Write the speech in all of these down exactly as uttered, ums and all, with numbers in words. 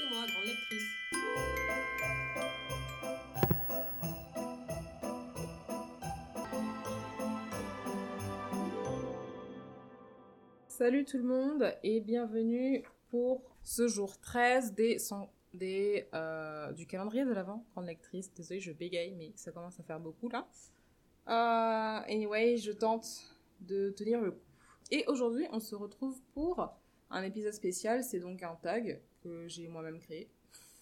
moi, grande lectrice. Salut tout le monde et bienvenue pour ce jour treize des, cent, des, euh, du calendrier de l'Avent, grande lectrice. Désolée, je bégaye, mais ça commence à faire beaucoup là. Euh, anyway, je tente de tenir le coup. Et aujourd'hui, on se retrouve pour un épisode spécial. C'est donc un tag que j'ai moi-même créé.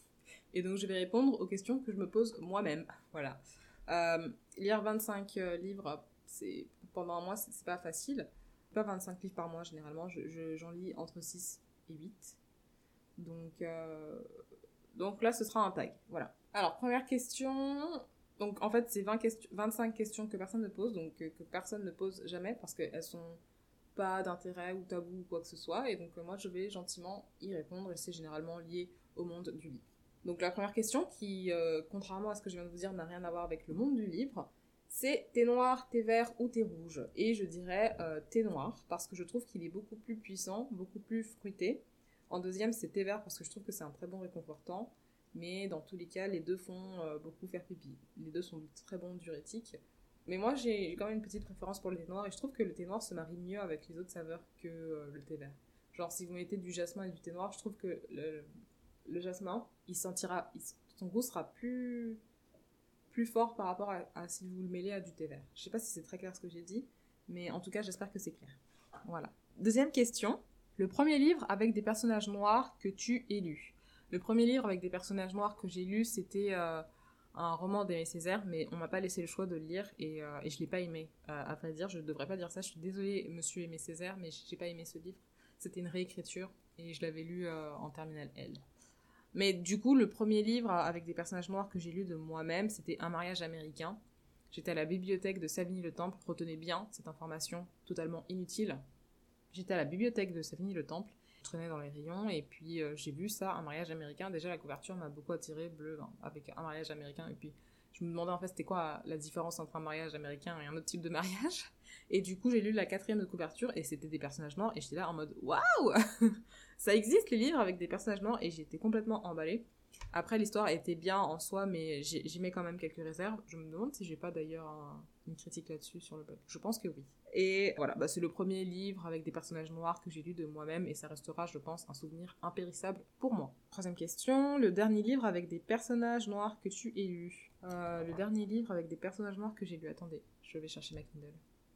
Et donc, je vais répondre aux questions que je me pose moi-même. Voilà. Euh, lire vingt-cinq euh, livres, c'est, pendant un mois, c'est, c'est pas facile. Pas vingt-cinq livres par mois, généralement. Je, je, j'en lis entre six et huit. Donc, euh, donc là, ce sera un tag. Voilà. Alors, première question. Donc, en fait, c'est vingt questions, vingt-cinq questions que personne ne pose, donc que, que personne ne pose jamais parce qu'elles sont pas d'intérêt ou tabou ou quoi que ce soit. Et donc, euh, moi, je vais gentiment y répondre et c'est généralement lié au monde du livre. Donc, la première question qui, euh, contrairement à ce que je viens de vous dire, n'a rien à voir avec le monde du livre, c'est thé noir, thé vert ou thé rouge. Et je dirais euh, thé noir parce que je trouve qu'il est beaucoup plus puissant, beaucoup plus fruité. En deuxième, c'est thé vert parce que je trouve que c'est un très bon réconfortant. Mais dans tous les cas, les deux font euh, beaucoup faire pipi. Les deux sont de très bons diurétiques. Mais moi, j'ai quand même une petite préférence pour le thé noir et je trouve que le thé noir se marie mieux avec les autres saveurs que euh, le thé vert. Genre, si vous mettez du jasmin et du thé noir, je trouve que le, le jasmin, il sentira, il, son goût sera plus, plus fort par rapport à, à si vous le mêlez à du thé vert. Je sais pas si c'est très clair ce que j'ai dit, mais en tout cas, j'espère que c'est clair. Voilà. Deuxième question. Le premier livre avec des personnages noirs que tu aies lu. Le premier livre avec des personnages noirs que j'ai lu, c'était euh, un roman d'Aimé Césaire, mais on m'a pas laissé le choix de le lire et, euh, et je l'ai pas aimé. Euh, à vrai dire, je devrais pas dire ça. Je suis désolée, monsieur Aimé Césaire, mais j'ai pas aimé ce livre. C'était une réécriture et je l'avais lu euh, en terminale L. Mais du coup, le premier livre avec des personnages noirs que j'ai lu de moi-même, c'était Un mariage américain. J'étais à la bibliothèque de Savigny-le-Temple. Retenez bien cette information totalement inutile. J'étais à la bibliothèque de Savigny-le-Temple. Je traînais dans les rayons et puis euh, j'ai vu ça, Un mariage américain. Déjà, la couverture m'a beaucoup attirée, bleu, hein, avec Un mariage américain. Et puis, je me demandais en fait c'était quoi la différence entre un mariage américain et un autre type de mariage. Et du coup, j'ai lu la quatrième de couverture et c'était des personnages noirs. Et j'étais là en mode waouh. Ça existe les livres avec des personnages noirs et j'étais complètement emballée. Après, l'histoire était bien en soi, mais j'y mets quand même quelques réserves. Je me demande si j'ai pas d'ailleurs un, une critique là-dessus sur le blog. Je pense que oui. Et voilà, bah c'est le premier livre avec des personnages noirs que j'ai lu de moi-même et ça restera, je pense, un souvenir impérissable pour moi. Troisième question, le dernier livre avec des personnages noirs que tu aies lu. Euh, le dernier livre avec des personnages noirs que j'ai lu. Attendez, je vais chercher ma Kindle.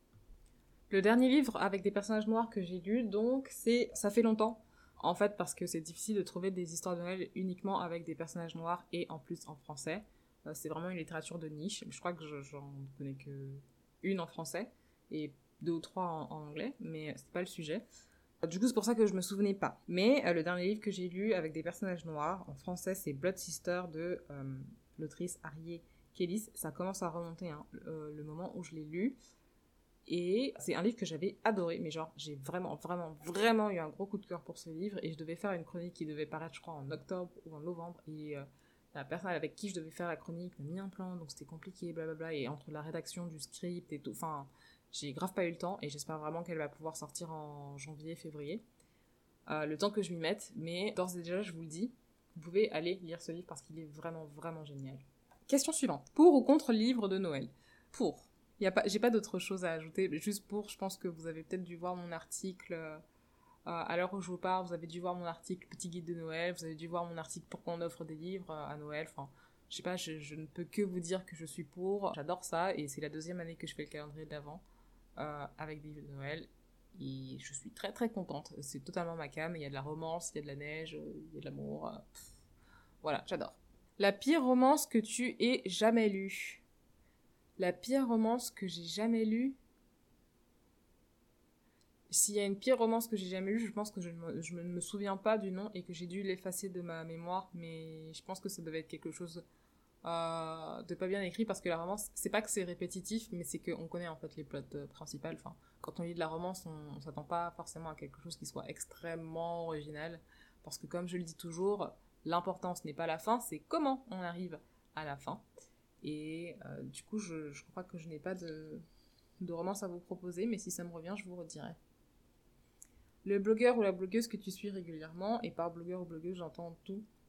Le dernier livre avec des personnages noirs que j'ai lu, donc, c'est Ça fait longtemps. En fait, parce que c'est difficile de trouver des histoires de Noël uniquement avec des personnages noirs et en plus en français. Euh, c'est vraiment une littérature de niche. Je crois que je, j'en connais que une en français et deux ou trois en, en anglais, mais c'est pas le sujet. Du coup, c'est pour ça que je me souvenais pas. Mais euh, le dernier livre que j'ai lu avec des personnages noirs, en français, c'est Blood Sister de euh, l'autrice Arié Kellis. Ça commence à remonter, hein, le, le moment où je l'ai lu. Et c'est un livre que j'avais adoré, mais genre, j'ai vraiment, vraiment, vraiment eu un gros coup de cœur pour ce livre, et je devais faire une chronique qui devait paraître, je crois, en octobre ou en novembre, et euh, la personne avec qui je devais faire la chronique m'a mis un plan, donc c'était compliqué, blablabla, et entre la rédaction du script et tout, enfin, j'ai grave pas eu le temps, et j'espère vraiment qu'elle va pouvoir sortir en janvier, février, euh, le temps que je m'y mette, mais d'ores et déjà, je vous le dis, vous pouvez aller lire ce livre parce qu'il est vraiment, vraiment génial. Question suivante. Pour ou contre le livre de Noël? Pour. Y a pas, j'ai pas d'autre chose à ajouter, juste pour, je pense que vous avez peut-être dû voir mon article, euh, à l'heure où je vous parle, vous avez dû voir mon article Petit Guide de Noël, vous avez dû voir mon article Pourquoi on offre des livres à Noël, enfin, je sais pas, je, je ne peux que vous dire que je suis pour, j'adore ça, et c'est la deuxième année que je fais le calendrier de l'Avent, euh, avec des livres de Noël, et je suis très très contente, c'est totalement ma came, il y a de la romance, il y a de la neige, il y a de l'amour, euh, voilà, j'adore. La pire romance que tu aies jamais lue? La pire romance que j'ai jamais lue. S'il y a une pire romance que j'ai jamais lue, je pense que je ne me, je ne me souviens pas du nom et que j'ai dû l'effacer de ma mémoire, mais je pense que ça devait être quelque chose euh, de pas bien écrit parce que la romance, c'est pas que c'est répétitif, mais c'est qu'on connaît en fait les plots euh, principales. Enfin, quand on lit de la romance, on, on s'attend pas forcément à quelque chose qui soit extrêmement original parce que comme je le dis toujours, l'important ce n'est pas la fin, c'est comment on arrive à la fin. Et euh, du coup, je, je crois que je n'ai pas de, de romance à vous proposer, mais si ça me revient, je vous redirai. Le blogueur ou la blogueuse que tu suis régulièrement, et par blogueur ou blogueuse, j'entends tout,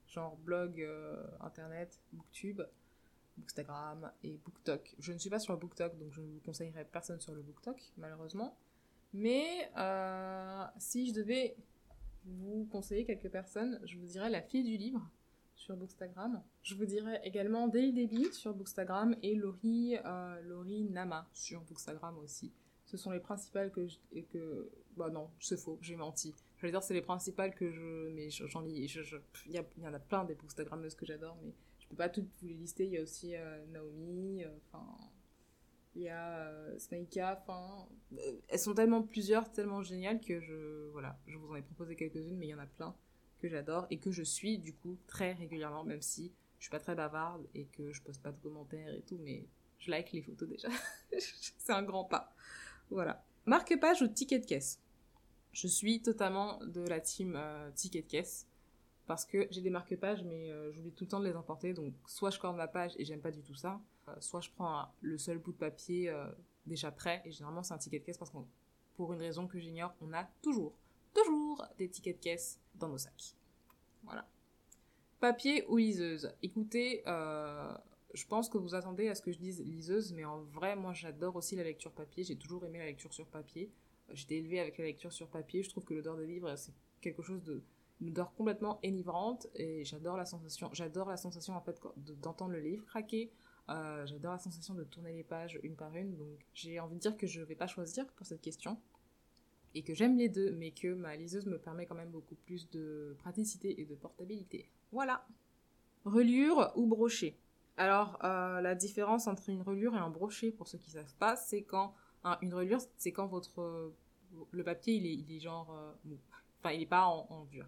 genre blog, euh, internet, booktube, bookstagram et booktok. Je ne suis pas sur le booktok, donc je ne vous conseillerais personne sur le booktok, malheureusement. Mais euh, si je devais vous conseiller quelques personnes, je vous dirais La Fille du Livre sur Bookstagram. Je vous dirais également Daily Debbie sur Bookstagram et Laurie, euh, Laurie Nama sur Bookstagram aussi. Ce sont les principales que je... Et que... Bah non, c'est faux, j'ai menti. Je vais dire c'est les principales que je... Mais j'en lis... Je, je... Il, y a... Il y en a plein des Bookstagrammeuses que j'adore, mais je peux pas toutes vous les lister. Il y a aussi euh, Naomi, enfin... Euh, il y a euh, Snaika, enfin... Euh, elles sont tellement plusieurs, tellement géniales que je... Voilà, je vous en ai proposé quelques-unes, mais il y en a plein que j'adore et que je suis du coup très régulièrement, même si je suis pas très bavarde et que je poste pas de commentaires et tout, mais je like les photos déjà. C'est un grand pas. Voilà. Marque-page ou ticket de caisse. Je suis totalement de la team euh, ticket de caisse parce que j'ai des marque-pages mais euh, j'oublie tout le temps de les emporter, donc soit je corne ma page et j'aime pas du tout ça, euh, soit je prends un, le seul bout de papier euh, déjà prêt et généralement c'est un ticket de caisse parce que pour une raison que j'ignore, on a toujours toujours des tickets de caisse dans nos sacs. Voilà. Papier ou liseuse. Écoutez, euh, je pense que vous attendez à ce que je dise liseuse, mais en vrai, moi j'adore aussi la lecture papier. J'ai toujours aimé la lecture sur papier. J'étais élevée avec la lecture sur papier. Je trouve que l'odeur des livres, c'est quelque chose de... une odeur complètement enivrante et j'adore la sensation. J'adore la sensation en fait de, d'entendre le livre craquer. Euh, j'adore la sensation de tourner les pages une par une. Donc j'ai envie de dire que je vais pas choisir pour cette question. Et que j'aime les deux, mais que ma liseuse me permet quand même beaucoup plus de praticité et de portabilité. Voilà. Reliure ou brochet. Alors, euh, la différence entre une reliure et un brochet, pour ceux qui ne savent pas, c'est quand... Hein, une reliure, c'est quand votre... Euh, le papier, il est, il est genre... Euh, mou. Enfin, il n'est pas en, en dur.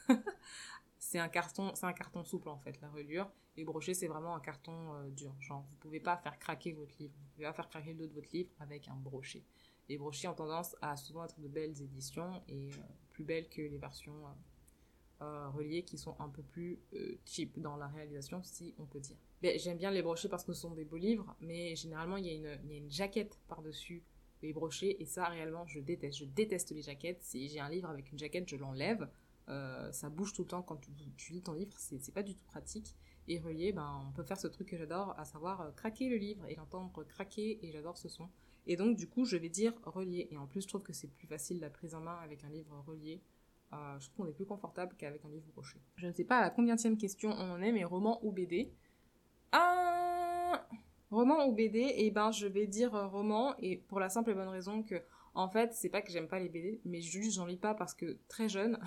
c'est un carton, c'est un carton souple, en fait, la reliure. Et brochet, c'est vraiment un carton euh, dur. Genre, vous ne pouvez pas faire craquer votre livre. Vous ne pouvez pas faire craquer le dos de votre livre avec un brochet. Les brochets ont tendance à souvent être de belles éditions et euh, plus belles que les versions euh, euh, reliées qui sont un peu plus euh, cheap dans la réalisation, si on peut dire. Mais j'aime bien les brochets parce que ce sont des beaux livres, mais généralement il y a une, il y a une jaquette par-dessus les brochets et ça réellement je déteste. Je déteste les jaquettes. Si j'ai un livre avec une jaquette, je l'enlève. Euh, ça bouge tout le temps quand tu, tu lis ton livre, c'est, c'est pas du tout pratique. Et relié, ben, on peut faire ce truc que j'adore, à savoir euh, craquer le livre et l'entendre craquer, et j'adore ce son. Et donc, du coup, je vais dire relié. Et en plus, je trouve que c'est plus facile la prise en main avec un livre relié. Euh, je trouve qu'on est plus confortable qu'avec un livre brochet. Je ne sais pas à la combienième question on en est, mais roman ou B D. Ah Roman ou B D, et ben je vais dire roman, et pour la simple et bonne raison que, en fait, c'est pas que j'aime pas les B D, mais juste j'en lis pas parce que très jeune,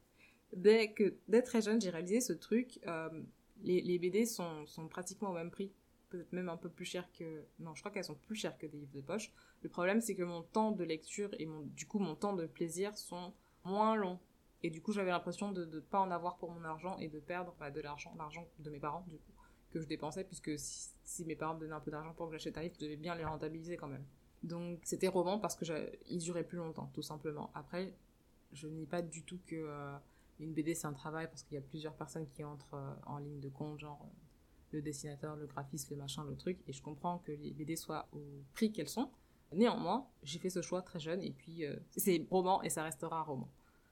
dès, que, dès très jeune, j'ai réalisé ce truc. Euh, les, les B D sont, sont pratiquement au même prix. Peut-être même un peu plus cher que... Non, je crois qu'elles sont plus chères que des livres de poche. Le problème, c'est que mon temps de lecture et mon, du coup mon temps de plaisir sont moins longs. Et du coup, j'avais l'impression de ne pas en avoir pour mon argent et de perdre bah, de l'argent, l'argent de mes parents, du coup, que je dépensais, puisque si, si mes parents me donnaient un peu d'argent pour que j'achète un livre, je devais bien les rentabiliser quand même. Donc, c'était roman parce que ils duraient plus longtemps, tout simplement. Après, je nie pas du tout que euh, une B D, c'est un travail, parce qu'il y a plusieurs personnes qui entrent euh, en ligne de compte, genre... Euh, le dessinateur, le graphiste, le machin, le truc, et je comprends que les B D soient au prix qu'elles sont. Néanmoins, j'ai fait ce choix très jeune, et puis euh, c'est roman, et ça restera roman.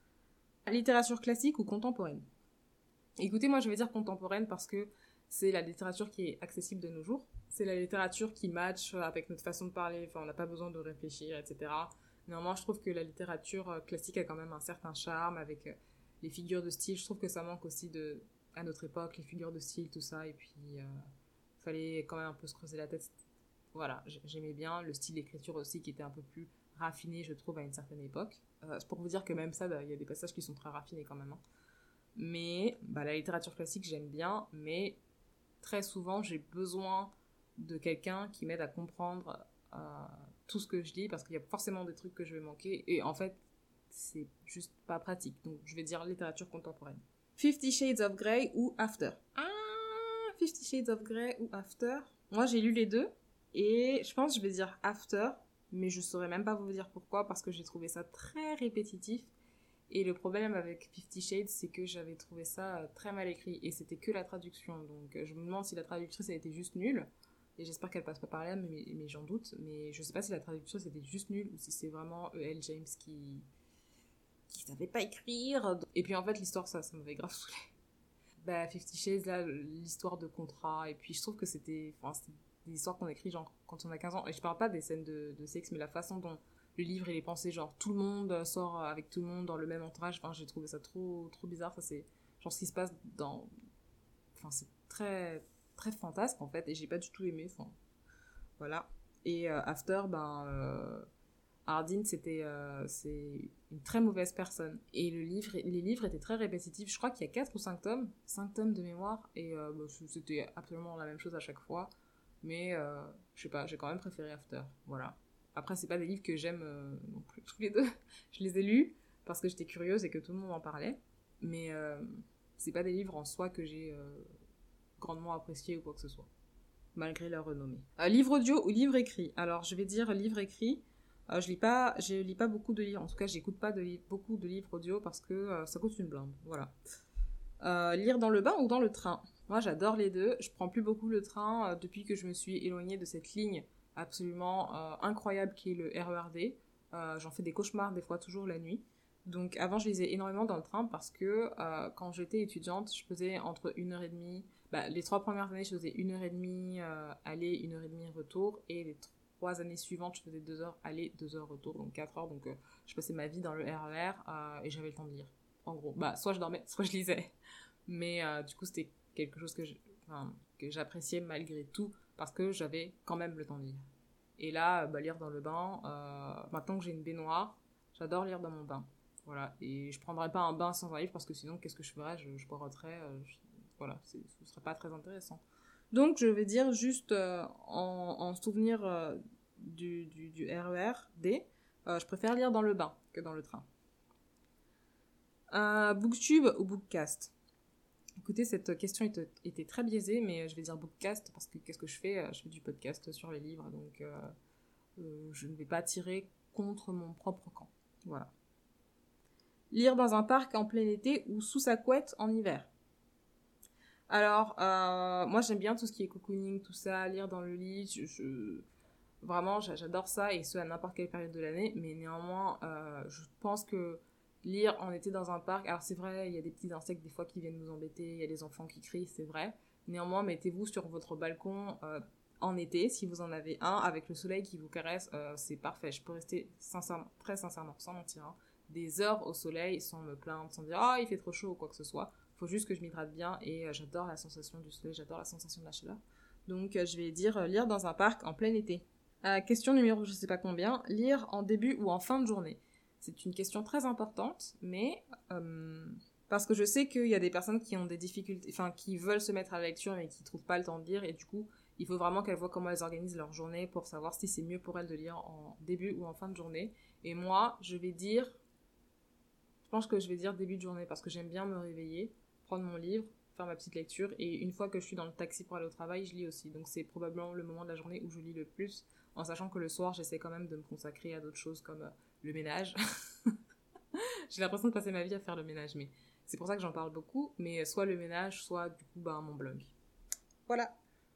Littérature classique ou contemporaine ? Écoutez, moi je vais dire contemporaine parce que c'est la littérature qui est accessible de nos jours. C'est la littérature qui match avec notre façon de parler, enfin on n'a pas besoin de réfléchir, et cetera. Néanmoins, je trouve que la littérature classique a quand même un certain charme avec les figures de style. Je trouve que ça manque aussi de... à notre époque, les figures de style, tout ça, et puis il euh, fallait quand même un peu se creuser la tête. Voilà, j'aimais bien le style d'écriture aussi qui était un peu plus raffiné, je trouve, à une certaine époque. Euh, c'est pour vous dire que même ça, il bah, y a des passages qui sont très raffinés quand même. Hein. Mais bah, la littérature classique, j'aime bien, mais très souvent, j'ai besoin de quelqu'un qui m'aide à comprendre euh, tout ce que je lis, parce qu'il y a forcément des trucs que je vais manquer, et en fait, c'est juste pas pratique. Donc, je vais dire littérature contemporaine. Fifty Shades of Grey ou After. Ah, Fifty Shades of Grey ou After. Moi, j'ai lu les deux. Et je pense que je vais dire After. Mais je saurais même pas vous dire pourquoi. Parce que j'ai trouvé ça très répétitif. Et le problème avec Fifty Shades, c'est que j'avais trouvé ça très mal écrit. Et c'était que la traduction. Donc je me demande si la traductrice a été juste nulle. Et j'espère qu'elle passe pas par là, mais, mais j'en doute. Mais je sais pas si la traduction c'était juste nulle. Ou si c'est vraiment E L James qui... qui savait pas écrire. Et puis en fait, l'histoire, ça, ça m'avait grave saoulé. bah, Fifty Shades, là, l'histoire de contrat, et puis je trouve que c'était, enfin, c'était des histoires qu'on écrit, genre, quand on a quinze ans, et je parle pas des scènes de, de sexe, mais la façon dont le livre, il est pensé, genre, tout le monde sort avec tout le monde dans le même entourage, enfin, j'ai trouvé ça trop, trop bizarre, ça, c'est, genre, ce qui se passe dans, enfin, c'est très, très fantasque, en fait, et j'ai pas du tout aimé, enfin, voilà. Et euh, After, ben, euh, Hardin, c'était, euh, c'est une très mauvaise personne. Et le livre, les livres étaient très répétitifs. Je crois qu'il y a quatre ou cinq tomes, cinq tomes de mémoire, et euh, bah, c'était absolument la même chose à chaque fois. Mais, euh, je sais pas, j'ai quand même préféré After, voilà. Après, c'est pas des livres que j'aime euh, non plus, tous les deux. Je les ai lus parce que j'étais curieuse et que tout le monde en parlait. Mais euh, c'est pas des livres en soi que j'ai euh, grandement appréciés ou quoi que ce soit, malgré leur renommée. Euh, livre audio ou livre écrit? Alors, je vais dire livre écrit. Euh, je lis pas, je lis pas beaucoup de livres. En tout cas, j'écoute pas de li- beaucoup de livres audio parce que euh, ça coûte une blinde. Voilà. Euh, lire dans le bain ou dans le train? Moi, j'adore les deux. Je prends plus beaucoup le train euh, depuis que je me suis éloignée de cette ligne absolument euh, incroyable qui est le R E R D. Euh, j'en fais des cauchemars des fois, toujours la nuit. Donc, avant, je lisais énormément dans le train parce que euh, quand j'étais étudiante, je faisais entre une heure et demie. Bah, les trois premières années, je faisais une heure et demie euh, aller, une heure et demie retour, et les trois années suivantes, je faisais deux heures aller, deux heures retour, donc quatre heures. Donc, euh, je passais ma vie dans le R E R euh, et j'avais le temps de lire. En gros, bah, soit je dormais, soit je lisais. Mais euh, du coup, c'était quelque chose que je- enfin, que j'appréciais malgré tout parce que j'avais quand même le temps de lire. Et là, bah, lire dans le bain, euh, maintenant que j'ai une baignoire, j'adore lire dans mon bain. Voilà. Et je prendrais pas un bain sans un livre parce que sinon, qu'est-ce que je ferais? Je, je poireauterais. euh, je- Voilà, c'est- ce serait pas très intéressant. Donc, je vais dire juste euh, en, en souvenir euh, du, du, du R E R D, euh, je préfère lire dans le bain que dans le train. Euh, Booktube ou Bookcast? Écoutez, cette question était, était très biaisée, mais je vais dire Bookcast parce que qu'est-ce que je fais? Je fais du podcast sur les livres, donc euh, euh, je ne vais pas tirer contre mon propre camp. Voilà. Lire dans un parc en plein été ou sous sa couette en hiver? Alors, euh, moi j'aime bien tout ce qui est cocooning, tout ça, lire dans le lit, je, je- vraiment j'adore ça, et ce à n'importe quelle période de l'année, mais néanmoins euh, je pense que lire en été dans un parc, alors c'est vrai, il y a des petits insectes des fois qui viennent nous embêter, il y a des enfants qui crient, c'est vrai, néanmoins mettez-vous sur votre balcon euh, en été, si vous en avez un, avec le soleil qui vous caresse, euh, c'est parfait, je peux rester sincèrement, très sincèrement, sans mentir, hein, des heures au soleil sans me plaindre, sans dire « Ah, oh, il fait trop chaud » ou quoi que ce soit. Faut juste que je m'hydrate bien, et euh, j'adore la sensation du soleil, j'adore la sensation de la chaleur. Donc euh, je vais dire euh, lire dans un parc en plein été. Euh, question numéro je sais pas combien, lire en début ou en fin de journée? C'est une question très importante, mais euh, parce que je sais qu'il y a des personnes qui ont des difficultés, enfin qui veulent se mettre à la lecture mais qui trouvent pas le temps de lire, et du coup il faut vraiment qu'elles voient comment elles organisent leur journée pour savoir si c'est mieux pour elles de lire en début ou en fin de journée. Et moi je vais dire, je pense que je vais dire début de journée parce que j'aime bien me réveiller, prendre mon livre, faire ma petite lecture, et une fois que je suis dans le taxi pour aller au travail, je lis aussi. Donc c'est probablement le moment de la journée où je lis le plus, en sachant que le soir, j'essaie quand même de me consacrer à d'autres choses comme euh, le ménage. J'ai l'impression de passer ma vie à faire le ménage, mais c'est pour ça que j'en parle beaucoup, mais soit le ménage, soit du coup bah, mon blog. Voilà.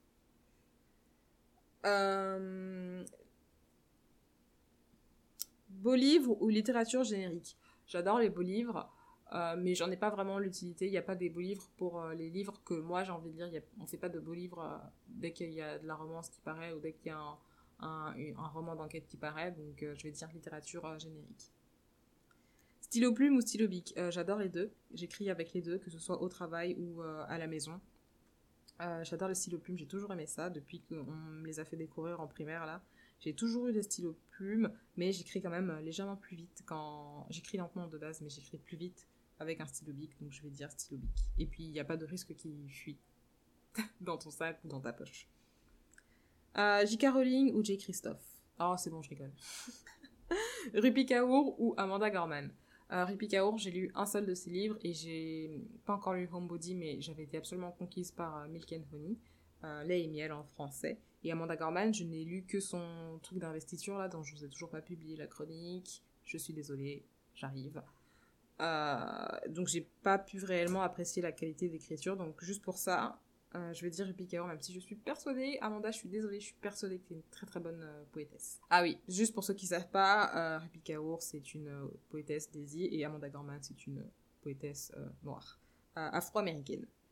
Euh... Beaux livres ou littérature générique? J'adore les beaux livres. Euh, mais j'en ai pas vraiment l'utilité. Il n'y a pas des beaux livres pour euh, les livres que moi j'ai envie de lire. Y a, on fait pas de beaux livres euh, dès qu'il y a de la romance qui paraît ou dès qu'il y a un, un, un roman d'enquête qui paraît. Donc euh, je vais dire littérature euh, générique. Stylo plume ou stylo bic? euh, J'adore les deux. J'écris avec les deux, que ce soit au travail ou euh, à la maison. Euh, j'adore les stylos plumes, j'ai toujours aimé ça depuis qu'on me les a fait découvrir en primaire là. J'ai toujours eu des stylos plumes, mais j'écris quand même légèrement plus vite quand... J'écris lentement de base, mais j'écris plus vite avec un stylo bic, donc je vais dire stylo bic. Et puis, il n'y a pas de risque qu'il fuit dans ton sac ou dans ta poche. Euh, J K. Rowling ou J. Christophe? Oh, c'est bon, je rigole. Rupi Kaur ou Amanda Gorman? euh, Rupi Kaur, j'ai lu un seul de ses livres, et j'ai pas encore lu Homebody, mais j'avais été absolument conquise par euh, Milk and Honey, euh, lait et miel en français. Et Amanda Gorman, je n'ai lu que son truc d'investiture là, dont je vous ai toujours pas publié la chronique. Je suis désolée, j'arrive. Euh, donc j'ai pas pu réellement apprécier la qualité d'écriture, donc juste pour ça, euh, je vais dire Rupi Kaur, même si je suis persuadée, Amanda, je suis désolée, je suis persuadée que t'es une très très bonne euh, poétesse. Ah oui, juste pour ceux qui savent pas, euh, Rupi Kaur c'est une euh, poétesse d'Asie, et Amanda Gorman c'est une euh, poétesse euh, noire, euh, afro-américaine.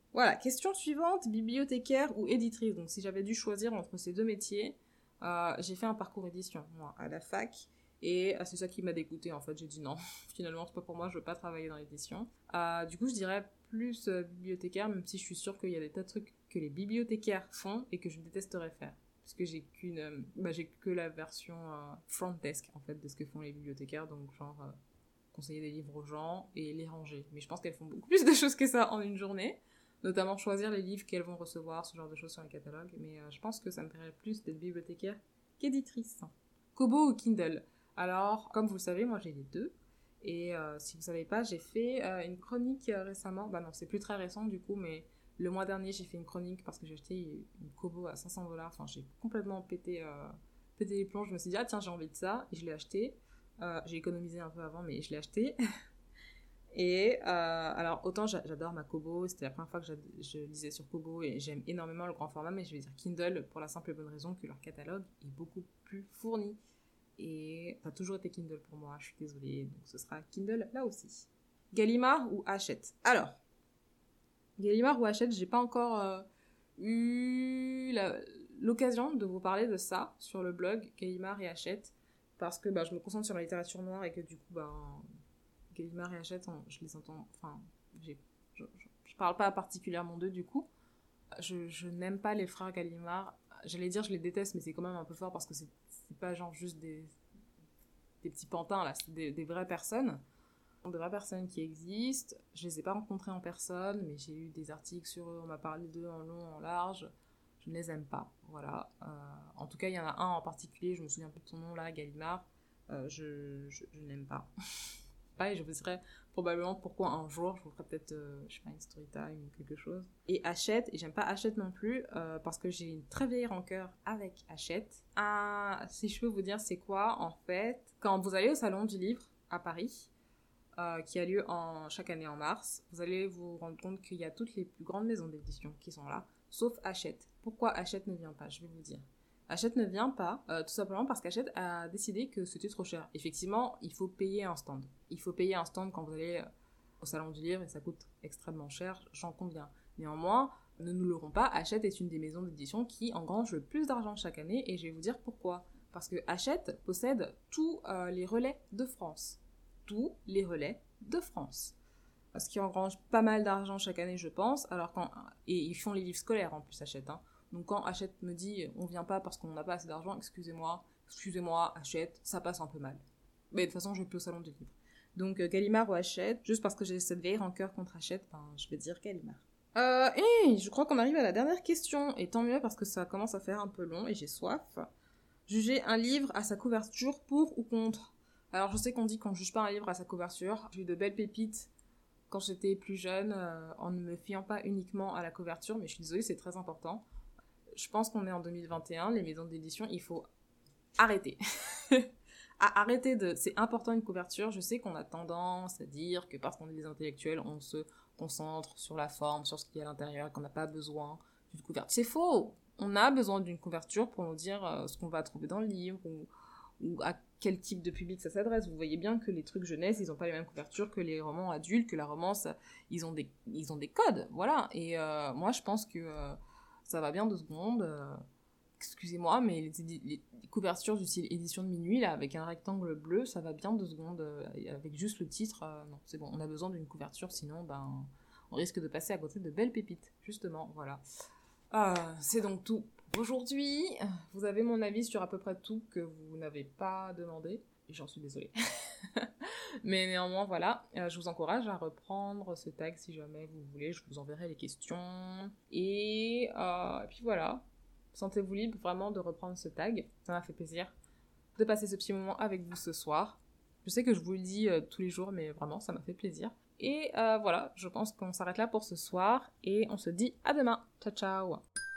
Voilà, question suivante, bibliothécaire ou éditrice. Donc si j'avais dû choisir entre ces deux métiers, euh, j'ai fait un parcours édition, moi, à la fac. Et euh, c'est ça qui m'a dégoûtée, en fait. J'ai dit non, finalement, c'est pas pour moi, je veux pas travailler dans l'édition. Euh, du coup, je dirais plus euh, bibliothécaire, même si je suis sûre qu'il y a des tas de trucs que les bibliothécaires font et que je détesterais faire. Parce que j'ai qu'une, euh, bah, j'ai que la version euh, front desk, en fait, de ce que font les bibliothécaires. Donc, genre, euh, conseiller des livres aux gens et les ranger. Mais je pense qu'elles font beaucoup plus de choses que ça en une journée. Notamment choisir les livres qu'elles vont recevoir, ce genre de choses sur les catalogues. Mais euh, je pense que ça me plairait plus d'être bibliothécaire qu'éditrice. Kobo ou Kindle? Alors, comme vous le savez, moi j'ai les deux. Et euh, si vous ne savez pas, j'ai fait euh, une chronique euh, récemment. Bah non, c'est plus très récent du coup, mais le mois dernier, j'ai fait une chronique parce que j'ai acheté une Kobo à cinq cents dollars. Enfin, j'ai complètement pété, euh, pété les plombs. Je me suis dit, ah tiens, j'ai envie de ça. Et je l'ai acheté. Euh, j'ai économisé un peu avant, mais je l'ai acheté. Et euh, alors, autant j'adore ma Kobo, c'était la première fois que je lisais sur Kobo et j'aime énormément le grand format, mais je vais dire Kindle pour la simple et bonne raison que leur catalogue est beaucoup plus fourni. Et ça a toujours été Kindle pour moi, je suis désolée, donc ce sera Kindle là aussi. Gallimard ou Hachette? Alors, Gallimard ou Hachette, j'ai pas encore euh, eu l'occasion de vous parler de ça sur le blog Gallimard et Hachette, parce que bah, je me concentre sur la littérature noire et que du coup, bah, Gallimard et Hachette, je les entends, enfin, j'ai, je, je, je parle pas particulièrement d'eux du coup. Je, je n'aime pas les frères Gallimard. J'allais dire je les déteste, mais c'est quand même un peu fort parce que c'est, c'est pas genre juste des, des petits pantins là, c'est des, des vraies personnes. De vraies personnes qui existent. Je les ai pas rencontrés en personne, mais j'ai eu des articles sur eux, on m'a parlé d'eux en long, en large. Je ne les aime pas, voilà. Euh, en tout cas, il y en a un en particulier, je me souviens plus de son nom là, Gallimard. Euh, je, je, je n'aime pas. Et je vous dirai probablement pourquoi un jour je vous ferai peut-être euh, je sais pas une story time ou quelque chose. Et Hachette, et j'aime pas Hachette non plus euh, parce que j'ai une très vieille rancœur avec Hachette. Ah, si je peux vous dire c'est quoi en fait, quand vous allez au salon du livre à Paris euh, qui a lieu en, chaque année en mars, vous allez vous rendre compte qu'il y a toutes les plus grandes maisons d'édition qui sont là, sauf Hachette. Pourquoi Hachette ne vient pas? Je vais vous dire. Hachette ne vient pas, euh, tout simplement parce qu'Hachette a décidé que c'était trop cher. Effectivement, il faut payer un stand. Il faut payer un stand quand vous allez euh, au salon du livre et ça coûte extrêmement cher, j'en conviens. Néanmoins, ne nous leurrons pas, Hachette est une des maisons d'édition qui engrange le plus d'argent chaque année et je vais vous dire pourquoi. Parce que Hachette possède tous euh, les relais de France. Tous les relais de France. Ce qui engrange pas mal d'argent chaque année, je pense. Alors quand... Et ils font les livres scolaires en plus, Hachette, hein. Donc quand Hachette me dit on vient pas parce qu'on n'a pas assez d'argent, excusez-moi, excusez-moi, Hachette, ça passe un peu mal. Mais de toute façon, je vais plus au salon du livre. Donc euh, Gallimard ou Hachette, juste parce que j'ai cette vieille rancœur contre Hachette, ben, je vais dire Gallimard. Euh, et je crois qu'on arrive à la dernière question, et tant mieux parce que ça commence à faire un peu long et j'ai soif. Juger un livre à sa couverture pour ou contre? Alors je sais qu'on dit qu'on juge pas un livre à sa couverture, j'ai eu de belles pépites quand j'étais plus jeune, euh, en ne me fiant pas uniquement à la couverture, mais je suis désolée, c'est très important. Je pense qu'on est en deux mille vingt et un, les maisons d'édition, il faut arrêter. à arrêter de... C'est important une couverture, je sais qu'on a tendance à dire que parce qu'on est des intellectuels, on se concentre sur la forme, sur ce qu'il y a à l'intérieur, qu'on n'a pas besoin d'une couverture. C'est faux! On a besoin d'une couverture pour nous dire euh, ce qu'on va trouver dans le livre, ou, ou à quel type de public ça s'adresse. Vous voyez bien que les trucs jeunesse, ils n'ont pas les mêmes couvertures que les romans adultes, que la romance, ils ont des, ils ont des codes, voilà. Et euh, moi, je pense que... Euh, ça va bien deux secondes. Euh, excusez-moi, mais les, les, les couvertures du style édition de minuit, là, avec un rectangle bleu, ça va bien deux secondes. Euh, avec juste le titre, euh, non, c'est bon, on a besoin d'une couverture, sinon, ben, on risque de passer à côté de belles pépites. Justement, voilà. Euh, c'est donc tout pour aujourd'hui. Vous avez mon avis sur à peu près tout que vous n'avez pas demandé. Et j'en suis désolée. Mais néanmoins, voilà, euh, je vous encourage à reprendre ce tag si jamais vous voulez, je vous enverrai les questions. Et, euh, et puis voilà, sentez-vous libre vraiment de reprendre ce tag, ça m'a fait plaisir de passer ce petit moment avec vous ce soir. Je sais que je vous le dis euh, tous les jours, mais vraiment, ça m'a fait plaisir. Et euh, voilà, je pense qu'on s'arrête là pour ce soir, et on se dit à demain. Ciao, ciao!